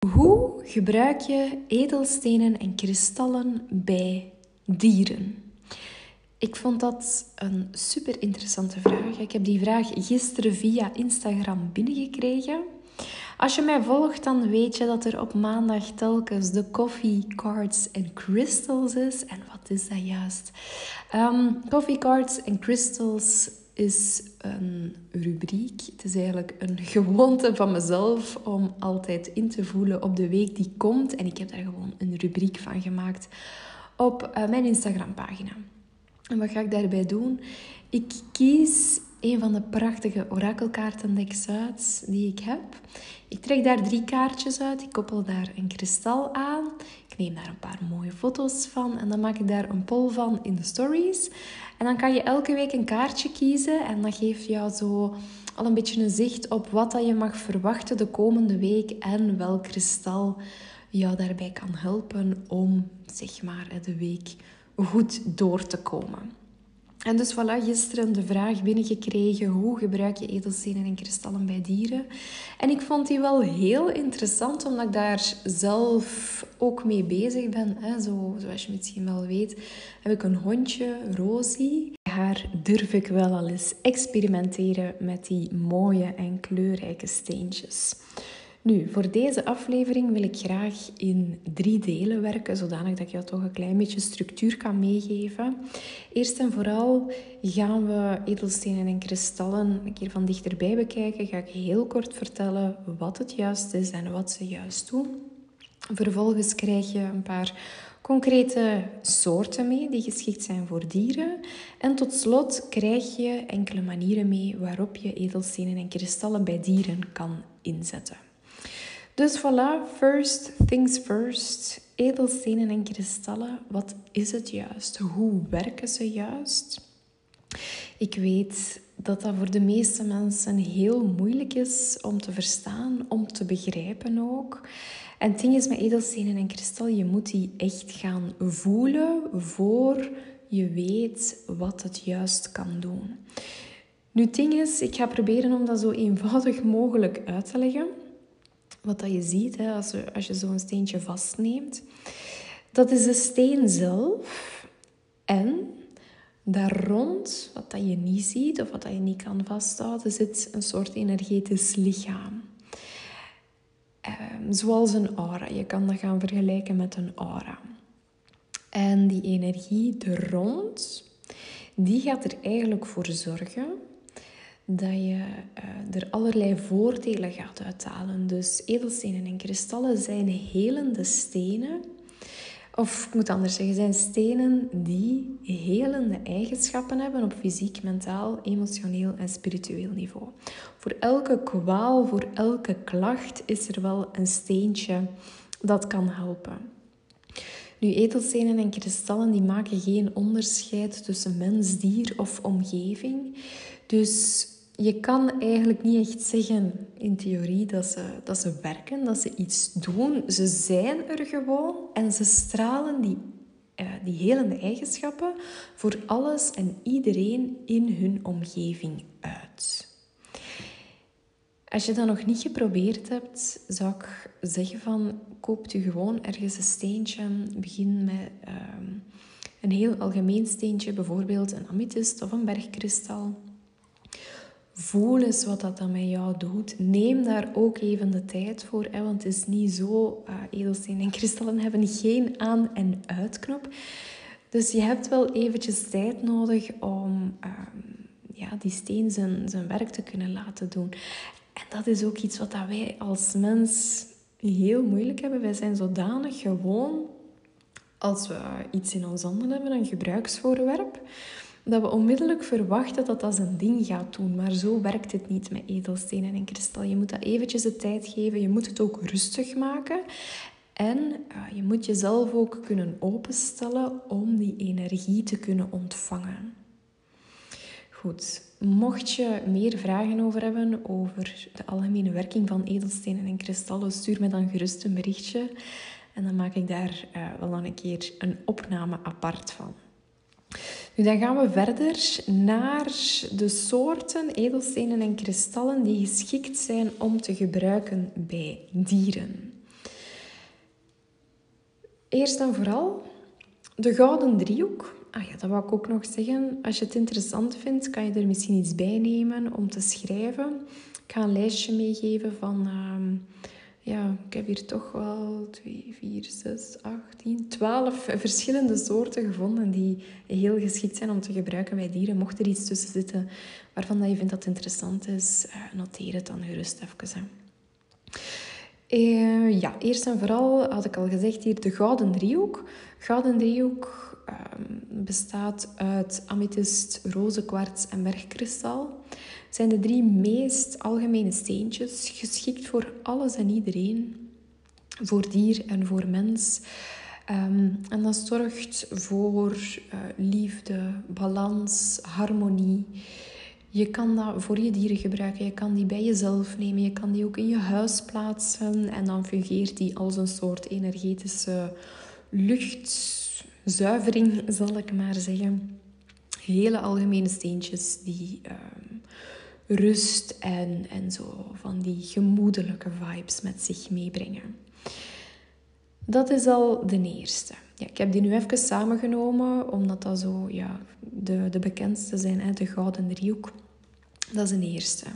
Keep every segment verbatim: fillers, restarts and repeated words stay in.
Hoe gebruik je edelstenen en kristallen bij dieren? Ik vond dat een super interessante vraag. Ik heb die vraag gisteren via Instagram binnengekregen. Als je mij volgt, dan weet je dat er op maandag telkens de Coffee, Cards and Crystals is. En wat is dat juist? Um, Coffee, Cards and Crystals is een rubriek. Het is eigenlijk een gewoonte van mezelf om altijd in te voelen op de week die komt. En ik heb daar gewoon een rubriek van gemaakt op uh, mijn Instagram-pagina. En wat ga ik daarbij doen? Ik kies een van de prachtige orakelkaartendeks uit die ik heb. Ik trek daar drie kaartjes uit. Ik koppel daar een kristal aan. Ik neem daar een paar mooie foto's van. En dan maak ik daar een poll van in de stories. En dan kan je elke week een kaartje kiezen. En dat geeft jou zo al een beetje een zicht op wat dat je mag verwachten de komende week. En welk kristal jou daarbij kan helpen om, zeg maar, de week goed door te komen. En dus voilà, gisteren de vraag binnengekregen: hoe gebruik je edelstenen en kristallen bij dieren? En ik vond die wel heel interessant, omdat ik daar zelf ook mee bezig ben. Zo, zoals je misschien wel weet, heb ik een hondje, Rosie. Haar durf ik wel al eens experimenteren met die mooie en kleurrijke steentjes. Nu, voor deze aflevering wil ik graag in drie delen werken, zodanig dat ik jou toch een klein beetje structuur kan meegeven. Eerst en vooral gaan we edelstenen en kristallen een keer van dichterbij bekijken. Ga ik heel kort vertellen wat het juist is en wat ze juist doen. Vervolgens krijg je een paar concrete soorten mee die geschikt zijn voor dieren. En tot slot krijg je enkele manieren mee waarop je edelstenen en kristallen bij dieren kan inzetten. Dus voilà, first things first. Edelstenen en kristallen, wat is het juist? Hoe werken ze juist? Ik weet dat dat voor de meeste mensen heel moeilijk is om te verstaan, om te begrijpen ook. En het ding is met edelstenen en kristal, je moet die echt gaan voelen voor je weet wat het juist kan doen. Nu, het ding is, ik ga proberen om dat zo eenvoudig mogelijk uit te leggen. Wat dat je ziet hè, als, je, als je zo'n steentje vastneemt, dat is de steen zelf. En daar rond, wat dat je niet ziet of wat dat je niet kan vasthouden, zit een soort energetisch lichaam. Um, zoals een aura. Je kan dat gaan vergelijken met een aura. En die energie er rond, die gaat er eigenlijk voor zorgen dat je uh, er allerlei voordelen gaat uithalen. Dus edelstenen en kristallen zijn helende stenen. Of ik moet anders zeggen, zijn stenen die helende eigenschappen hebben op fysiek, mentaal, emotioneel en spiritueel niveau. Voor elke kwaal, voor elke klacht is er wel een steentje dat kan helpen. Nu, edelstenen en kristallen die maken geen onderscheid tussen mens, dier of omgeving. Dus je kan eigenlijk niet echt zeggen in theorie dat ze, dat ze werken, dat ze iets doen. Ze zijn er gewoon en ze stralen die, uh, die helende eigenschappen voor alles en iedereen in hun omgeving uit. Als je dat nog niet geprobeerd hebt, zou ik zeggen van koop u gewoon ergens een steentje. Begin met uh, een heel algemeen steentje, bijvoorbeeld een amethyst of een bergkristal. Voel eens wat dat dan met jou doet. Neem daar ook even de tijd voor, hè, want het is niet zo. Uh, edelstenen en kristallen hebben geen aan- en uitknop. Dus je hebt wel eventjes tijd nodig om uh, ja, die steen zijn, zijn werk te kunnen laten doen. En dat is ook iets wat dat wij als mens heel moeilijk hebben. Wij zijn zodanig gewoon, als we iets in ons handen hebben, een gebruiksvoorwerp, dat we onmiddellijk verwachten dat dat zijn ding gaat doen. Maar zo werkt het niet met edelstenen en kristal. Je moet dat eventjes de tijd geven. Je moet het ook rustig maken. En uh, je moet jezelf ook kunnen openstellen om die energie te kunnen ontvangen. Goed, mocht je meer vragen over hebben over de algemene werking van edelstenen en kristallen, stuur me dan gerust een berichtje. En dan maak ik daar uh, wel dan een keer een opname apart van. Nu, dan gaan we verder naar de soorten edelstenen en kristallen die geschikt zijn om te gebruiken bij dieren. eerst en vooral de gouden driehoek. Ah ja, dat wou ik ook nog zeggen. Als je het interessant vindt, kan je er misschien iets bij nemen om te schrijven. Ik ga een lijstje meegeven van... Uh, ja, ik heb hier toch wel twee, vier, zes, acht, tien, twaalf verschillende soorten gevonden die heel geschikt zijn om te gebruiken bij dieren. Mocht er iets tussen zitten waarvan dat je vindt dat het interessant is, uh, noteer het dan gerust even. Hè. Uh, ja, eerst en vooral had ik al gezegd hier de gouden driehoek. Gouden driehoek uh, bestaat uit amethyst, rozenkwarts en bergkristal. Het zijn de drie meest algemene steentjes, geschikt voor alles en iedereen, voor dier en voor mens. Um, en dat zorgt voor uh, liefde, balans, harmonie. Je kan dat voor je dieren gebruiken, je kan die bij jezelf nemen, je kan die ook in je huis plaatsen. En dan fungeert die als een soort energetische luchtzuivering, zal ik maar zeggen. Hele algemene steentjes die um, rust en, en zo van die gemoedelijke vibes met zich meebrengen. Dat is al de eerste. Ja, ik heb die nu even samengenomen, omdat dat zo ja, de, de bekendste zijn, hè, de gouden driehoek. Dat is de eerste.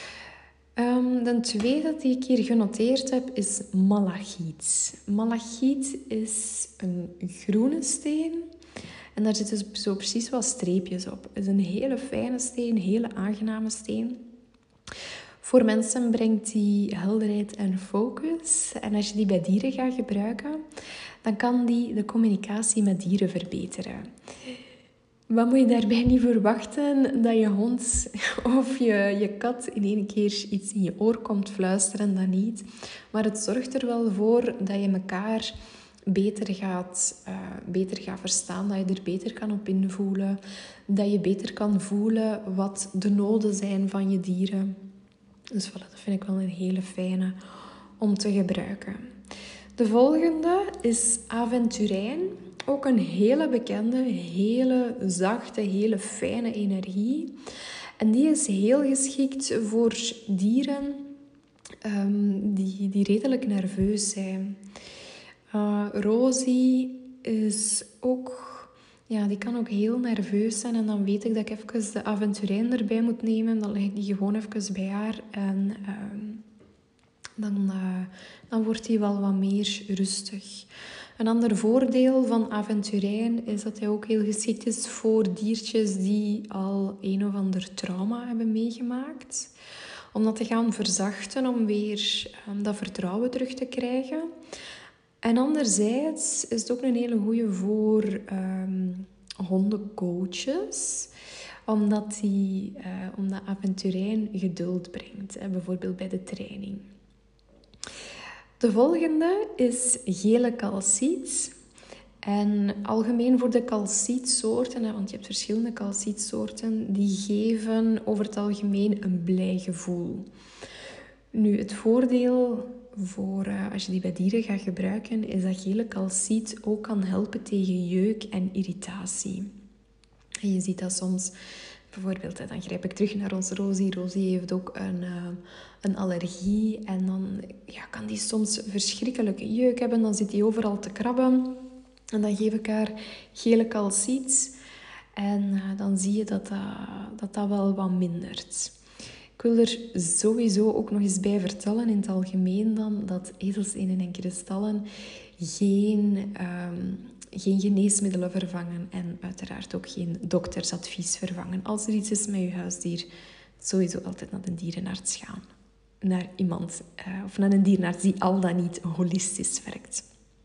Um, de tweede die ik hier genoteerd heb, is malachiet. Malachiet is een groene steen. En daar zitten zo precies wat streepjes op. Het is een hele fijne steen, een hele aangename steen. Voor mensen brengt die helderheid en focus. En als je die bij dieren gaat gebruiken, dan kan die de communicatie met dieren verbeteren. Wat moet je daarbij niet verwachten? Dat je hond of je, je kat in één keer iets in je oor komt fluisteren, dat niet. Maar het zorgt er wel voor dat je elkaar beter gaat, uh, beter gaat verstaan, dat je er beter kan op invoelen. Dat je beter kan voelen wat de noden zijn van je dieren. Dus voilà, dat vind ik wel een hele fijne om te gebruiken. De volgende is aventurijn. Ook een hele bekende, hele zachte, hele fijne energie. En die is heel geschikt voor dieren um, die, die redelijk nerveus zijn. Uh, Rosie is ook... Ja, die kan ook heel nerveus zijn. En dan weet ik dat ik even de aventurijn erbij moet nemen. Dan leg ik die gewoon even bij haar. En uh, dan, uh, dan wordt die wel wat meer rustig. Een ander voordeel van aventurijn is dat hij ook heel geschikt is voor diertjes die al een of ander trauma hebben meegemaakt. Om dat te gaan verzachten, om weer um, dat vertrouwen terug te krijgen. En anderzijds is het ook een hele goeie voor um, hondencoaches, omdat, die, uh, omdat aventurijn geduld brengt, hè, bijvoorbeeld bij de training. De volgende is gele calciet. En algemeen voor de calcietsoorten, hè, want je hebt verschillende calcietsoorten, die geven over het algemeen een blij gevoel. Nu, het voordeel voor uh, als je die bij dieren gaat gebruiken, is dat gele calciet ook kan helpen tegen jeuk en irritatie. En je ziet dat soms, bijvoorbeeld, hè, dan grijp ik terug naar onze Rosie. Rosie heeft ook een, uh, een allergie en dan ja, kan die soms verschrikkelijke jeuk hebben. Dan zit die overal te krabben en dan geef ik haar gele calciet en uh, dan zie je dat dat, dat dat wel wat mindert. Ik wil er sowieso ook nog eens bij vertellen, in het algemeen dan, dat edelstenen en kristallen geen, um, geen geneesmiddelen vervangen en uiteraard ook geen doktersadvies vervangen. Als er iets is met je huisdier, sowieso altijd naar de dierenarts gaan. Naar iemand, uh, of naar een dierenarts die al dan niet holistisch werkt.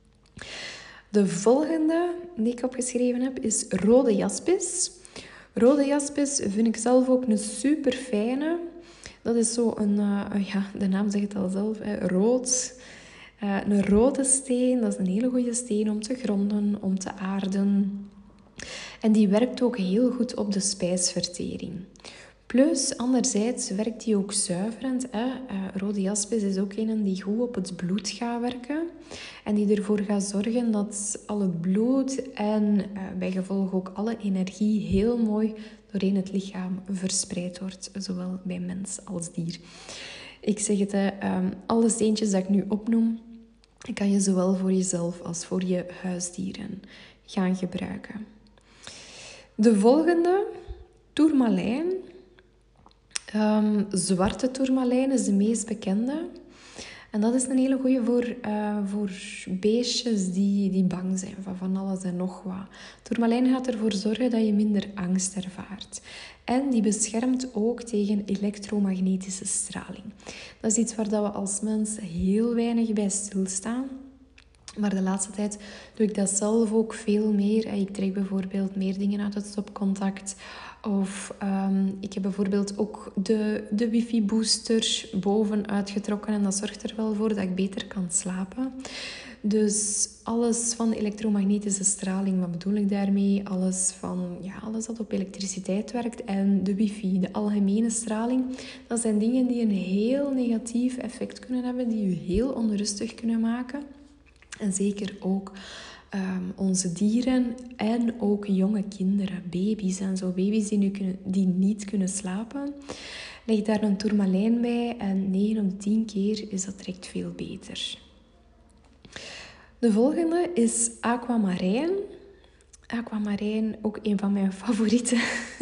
De volgende die ik opgeschreven heb is rode jaspis. Rode jaspis vind ik zelf ook een super fijne. Dat is zo een, uh, ja, de naam zegt het al zelf, hè, rood. Uh, een rode steen, dat is een hele goede steen om te gronden, om te aarden. En die werkt ook heel goed op de spijsvertering. Plus, anderzijds werkt die ook zuiverend. Hè? Uh, rode jaspis is ook een die goed op het bloed gaat werken. En die ervoor gaat zorgen dat al het bloed en uh, bij gevolg ook alle energie heel mooi doorheen het lichaam verspreid wordt. Zowel bij mens als dier. Ik zeg het, hè, um, alle steentjes dat ik nu opnoem, kan je zowel voor jezelf als voor je huisdieren gaan gebruiken. De volgende, tourmalijn. Um, zwarte tourmalijn is de meest bekende. En dat is een hele goeie voor, uh, voor beestjes die, die bang zijn van van alles en nog wat. Tourmalijn gaat ervoor zorgen dat je minder angst ervaart. En die beschermt ook tegen elektromagnetische straling. Dat is iets waar we als mens heel weinig bij stilstaan. Maar de laatste tijd doe ik dat zelf ook veel meer. Ik trek bijvoorbeeld meer dingen uit het stopcontact. Of um, ik heb bijvoorbeeld ook de, de wifi-booster boven uitgetrokken. En dat zorgt er wel voor dat ik beter kan slapen. Dus alles van de elektromagnetische straling, wat bedoel ik daarmee? Alles, van, ja, alles dat op elektriciteit werkt. En de wifi, de algemene straling. Dat zijn dingen die een heel negatief effect kunnen hebben. Die je heel onrustig kunnen maken. En zeker ook um, onze dieren en ook jonge kinderen, baby's en zo. Baby's die, nu kunnen, die niet kunnen slapen. Leg daar een tourmalijn bij en negen op de tien keer is dat direct veel beter. De volgende is aquamarijn. Aquamarijn, ook een van mijn favorieten.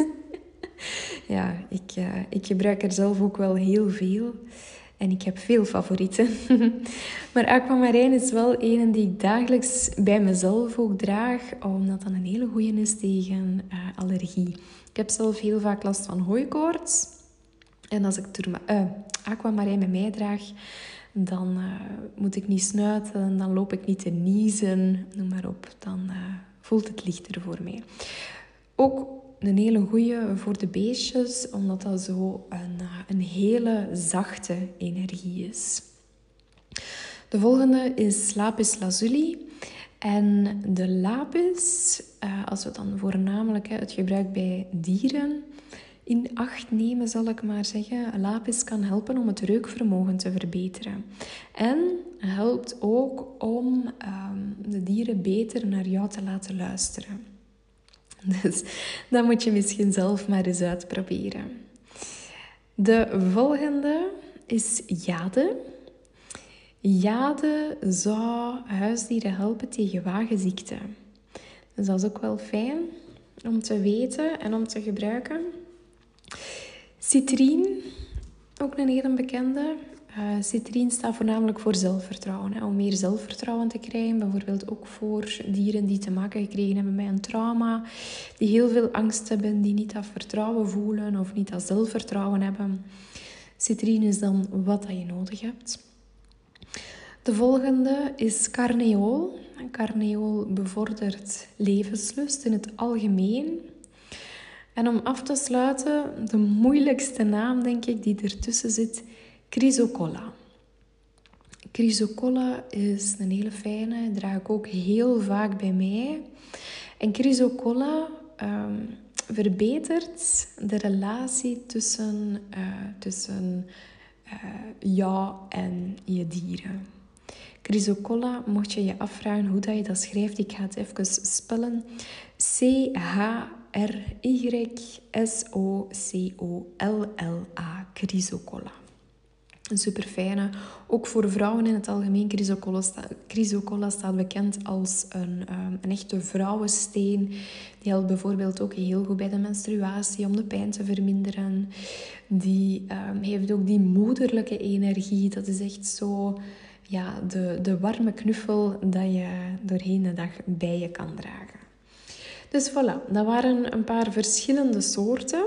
Ja, ik, uh, ik gebruik er zelf ook wel heel veel. En ik heb veel favorieten. Maar aquamarijn is wel een die ik dagelijks bij mezelf ook draag. Omdat dat een hele goeie is tegen uh, allergie. Ik heb zelf heel vaak last van hooikoorts. En als ik turma- uh, aquamarijn bij mij draag, dan uh, moet ik niet snuiten. Dan loop ik niet te niezen. Noem maar op. Dan uh, voelt het lichter voor mij. Ook een hele goeie voor de beestjes, omdat dat zo een, een hele zachte energie is. De volgende is lapis lazuli. En de lapis, als we dan voornamelijk het gebruik bij dieren in acht nemen, zal ik maar zeggen. Lapis kan helpen om het reukvermogen te verbeteren. En helpt ook om um, de dieren beter naar jou te laten luisteren. Dus dat moet je misschien zelf maar eens uitproberen. De volgende is jade. Jade zou huisdieren helpen tegen wagenziekte. Dus dat is ook wel fijn om te weten en om te gebruiken. Citrine, ook een hele bekende. Uh, citrine staat voornamelijk voor zelfvertrouwen. Hè. Om meer zelfvertrouwen te krijgen. Bijvoorbeeld ook voor dieren die te maken gekregen hebben met een trauma. Die heel veel angst hebben. Die niet dat vertrouwen voelen. Of niet dat zelfvertrouwen hebben. Citrine is dan wat dat je nodig hebt. De volgende is carneol. Carneol bevordert levenslust in het algemeen. En om af te sluiten, de moeilijkste naam denk ik die ertussen zit... Chrysocolla. Chrysocolla is een hele fijne, draag ik ook heel vaak bij mij. En Chrysocolla um, verbetert de relatie tussen, uh, tussen uh, jou en je dieren. Chrysocolla, mocht je je afvragen hoe dat je dat schrijft, ik ga het even spellen. C H R Y S O C O L L A. Chrysocolla. Een super fijne. Ook voor vrouwen in het algemeen. Chrysocolla, sta, chrysocolla staat bekend als een, um, een echte vrouwensteen. Die helpt bijvoorbeeld ook heel goed bij de menstruatie om de pijn te verminderen. Die um, heeft ook die moederlijke energie. Dat is echt zo ja, de, de warme knuffel dat je doorheen de dag bij je kan dragen. Dus voilà, dat waren een paar verschillende soorten.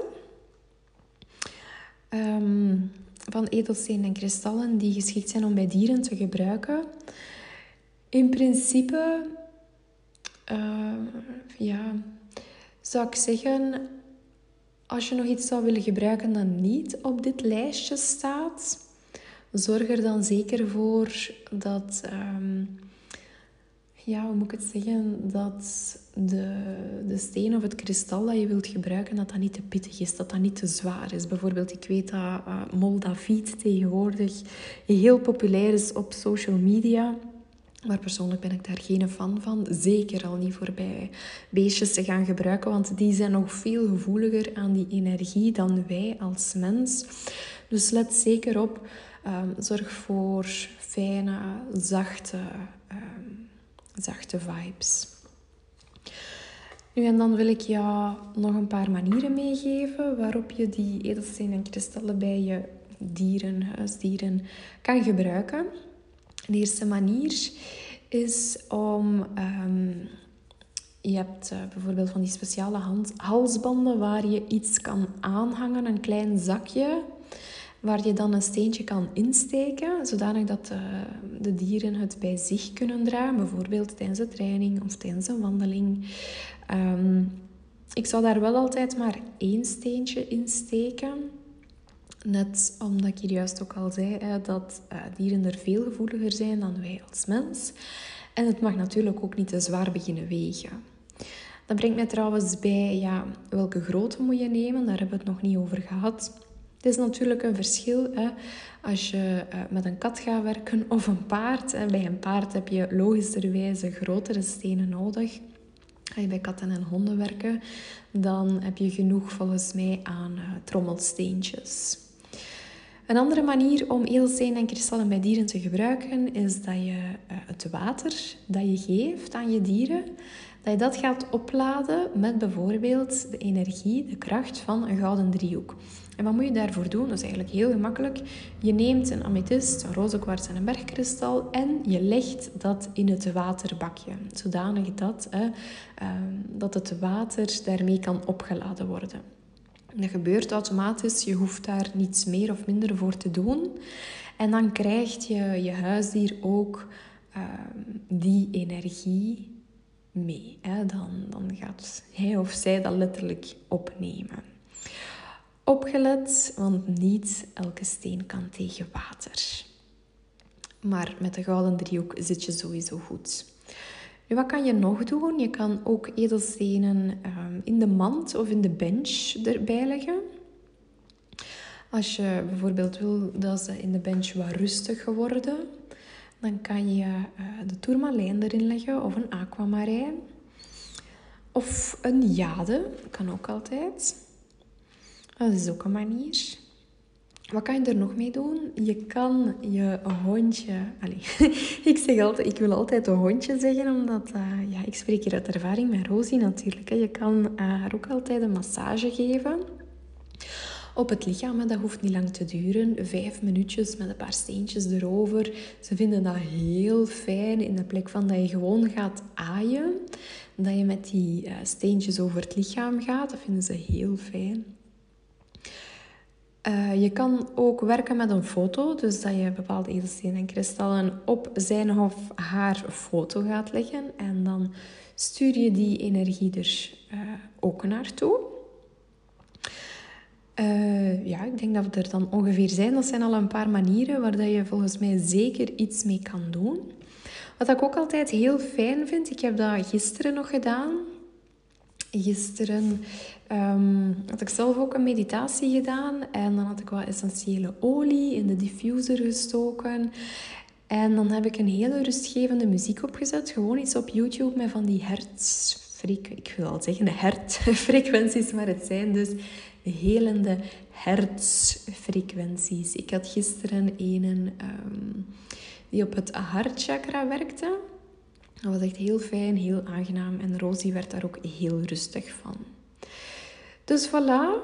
Um, van edelstenen en kristallen die geschikt zijn om bij dieren te gebruiken. In principe uh, ja, zou ik zeggen, als je nog iets zou willen gebruiken dat niet op dit lijstje staat, zorg er dan zeker voor dat, um, ja, hoe moet ik het zeggen, dat de, de steen of het kristal dat je wilt gebruiken, dat dat niet te pittig is, dat dat niet te zwaar is. Bijvoorbeeld, ik weet dat uh, moldaviet tegenwoordig heel populair is op social media. Maar persoonlijk ben ik daar geen fan van. Zeker al niet voor bij beestjes te gaan gebruiken, want die zijn nog veel gevoeliger aan die energie dan wij als mens. Dus let zeker op Um, zorg voor fijne, zachte, um, zachte vibes. Nu en dan wil ik jou nog een paar manieren meegeven waarop je die edelstenen en kristallen bij je dieren, huisdieren, kan gebruiken. De eerste manier is om... Um, je hebt uh, bijvoorbeeld van die speciale hand, halsbanden waar je iets kan aanhangen, een klein zakje, waar je dan een steentje kan insteken, zodanig dat uh, de dieren het bij zich kunnen dragen, bijvoorbeeld tijdens de training of tijdens een wandeling. Um, ik zou daar wel altijd maar één steentje insteken. Net omdat ik hier juist ook al zei, hè, dat uh, dieren er veel gevoeliger zijn dan wij als mens. En het mag natuurlijk ook niet te zwaar beginnen wegen. Dat brengt mij trouwens bij, ja, welke grootte moet je nemen? Daar hebben we het nog niet over gehad. Het is natuurlijk een verschil hè, als je uh, met een kat gaat werken of een paard. Hè. Bij een paard heb je logischerwijze grotere stenen nodig. Ga je bij katten en honden werken, dan heb je genoeg volgens mij aan uh, trommelsteentjes. Een andere manier om edelstenen en kristallen bij dieren te gebruiken is dat je uh, het water dat je geeft aan je dieren, dat je dat gaat opladen met bijvoorbeeld de energie, de kracht van een gouden driehoek. En wat moet je daarvoor doen? Dat is eigenlijk heel gemakkelijk. Je neemt een amethyst, een roze kwarts en een bergkristal en je legt dat in het waterbakje. Zodanig dat, eh, uh, dat het water daarmee kan opgeladen worden. Dat gebeurt automatisch. Je hoeft daar niets meer of minder voor te doen. En dan krijgt je, je huisdier ook uh, die energie mee. Hè? Dan, dan gaat hij of zij dat letterlijk opnemen. Opgelet, want niet elke steen kan tegen water. Maar met de gouden driehoek zit je sowieso goed. Nu, wat kan je nog doen? Je kan ook edelstenen um, in de mand of in de bench erbij leggen. Als je bijvoorbeeld wil dat ze in de bench wat rustig worden, dan kan je uh, de tourmalijn erin leggen of een aquamarijn. Of een jade, kan ook altijd. Dat is ook een manier. Wat kan je er nog mee doen? Je kan je hondje... Allez, ik zeg altijd, ik wil altijd een hondje zeggen, omdat... Uh, ja, ik spreek hier uit ervaring met Rosie natuurlijk. Hè. Je kan uh, haar ook altijd een massage geven. Op het lichaam, hè. Dat hoeft niet lang te duren. Vijf minuutjes met een paar steentjes erover. Ze vinden dat heel fijn in de plek van dat je gewoon gaat aaien. Dat je met die uh, steentjes over het lichaam gaat. Dat vinden ze heel fijn. Uh, je kan ook werken met een foto, dus dat je bepaalde edelstenen en kristallen op zijn of haar foto gaat leggen. En dan stuur je die energie er uh, ook naartoe. Uh, ja, ik denk dat we er dan ongeveer zijn. Dat zijn al een paar manieren waar dat je volgens mij zeker iets mee kan doen. Wat ik ook altijd heel fijn vind, ik heb dat gisteren nog gedaan. Gisteren um, had ik zelf ook een meditatie gedaan en dan had ik wat essentiële olie in de diffuser gestoken. En dan heb ik een hele rustgevende muziek opgezet. Gewoon iets op YouTube met van die hertzfrequenties. Ik wil al zeggen hertzfrequenties, maar het zijn dus helende hertzfrequenties. Ik had gisteren een um, die op het hartchakra werkte. Dat was echt heel fijn, heel aangenaam. En Rosie werd daar ook heel rustig van. Dus voilà.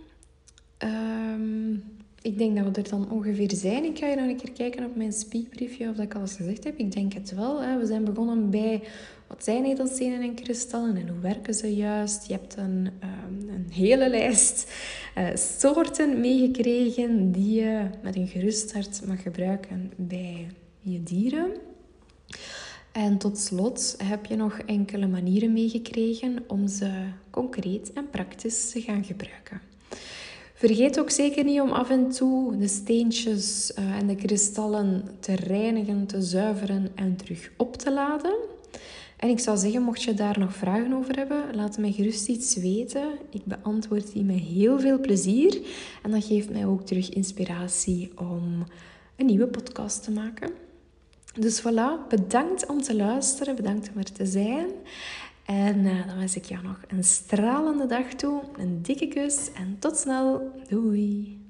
Um, ik denk dat we er dan ongeveer zijn. Ik ga hier nog een keer kijken op mijn speakbriefje of dat ik alles gezegd heb. Ik denk het wel. Hè. We zijn begonnen bij wat zijn edelstenen en kristallen en hoe werken ze juist. Je hebt een, um, een hele lijst uh, soorten meegekregen die je met een gerust hart mag gebruiken bij je dieren. En tot slot heb je nog enkele manieren meegekregen om ze concreet en praktisch te gaan gebruiken. Vergeet ook zeker niet om af en toe de steentjes uh, en de kristallen te reinigen, te zuiveren en terug op te laden. En ik zou zeggen, mocht je daar nog vragen over hebben, laat mij gerust iets weten. Ik beantwoord die met heel veel plezier. En dat geeft mij ook terug inspiratie om een nieuwe podcast te maken. Dus voilà, bedankt om te luisteren, bedankt om er te zijn. En uh, dan wens ik jou nog een stralende dag toe, een dikke kus en tot snel. Doei!